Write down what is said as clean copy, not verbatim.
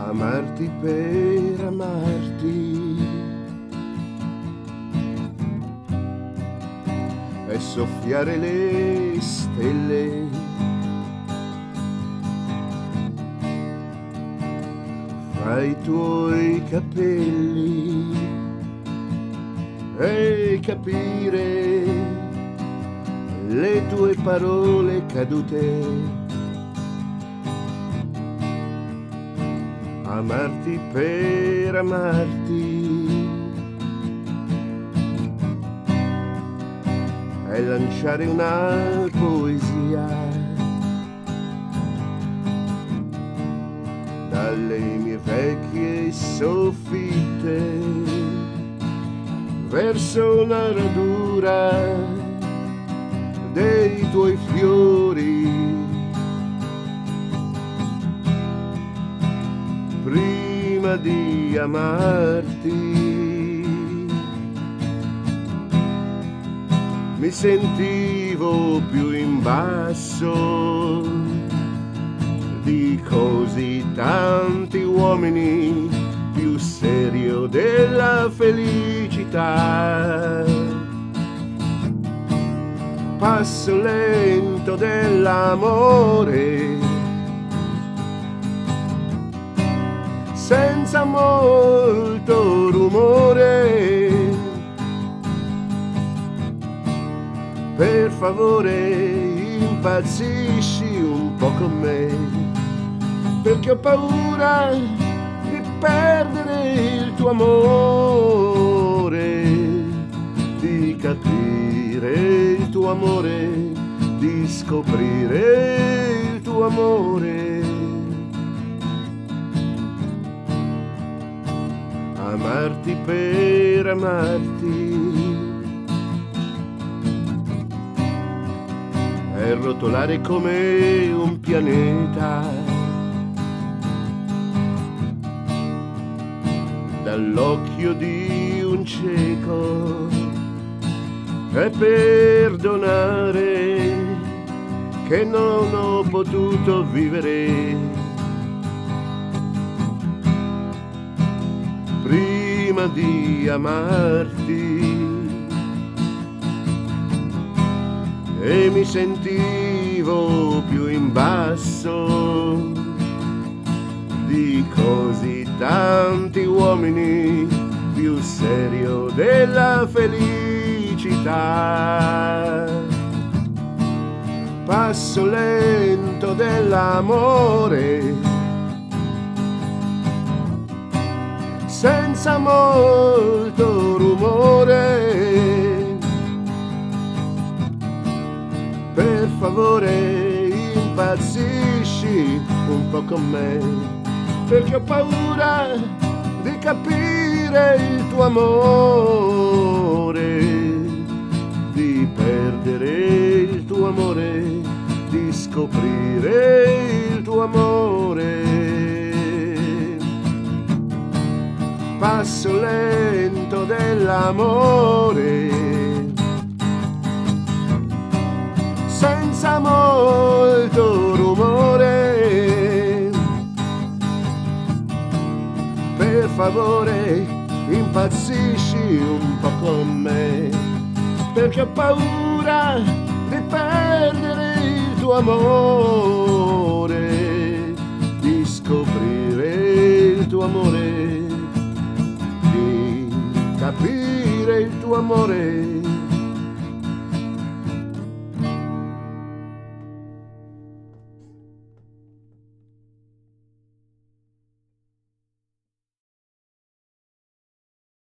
amarti per amarti e soffiare le stelle, fra i tuoi capelli e capire le tue parole cadute. Amarti per amarti e lanciare una poesia dalle mie vecchie soffitte verso una radura dei tuoi fiori. Prima di amarti mi sentivo più in basso di così tanti uomini, più serio della felicità. Passo lento dell'amore, senza molto rumore. Per favore impazzisci un po' con me, perché ho paura di perdere il tuo amore, di capire il tuo amore, di scoprire il tuo amore. Amarti per amarti e rotolare come un pianeta dall'occhio di un cieco e perdonare che non ho potuto vivere prima di amarti, e mi sentivo più in basso di così tanti uomini, più serio della felicità. Passo lento dell'amore, senza molto rumore. Per favore impazzisci un po' con me, perché ho paura di capire il tuo amore, di perdere il tuo amore, di scoprire il tuo amore. Passo lento dell'amore, senza molto rumore. Per favore impazzisci un po' con me, perché ho paura di perdere il tuo amore, di scoprire il tuo amore, di capire il tuo amore.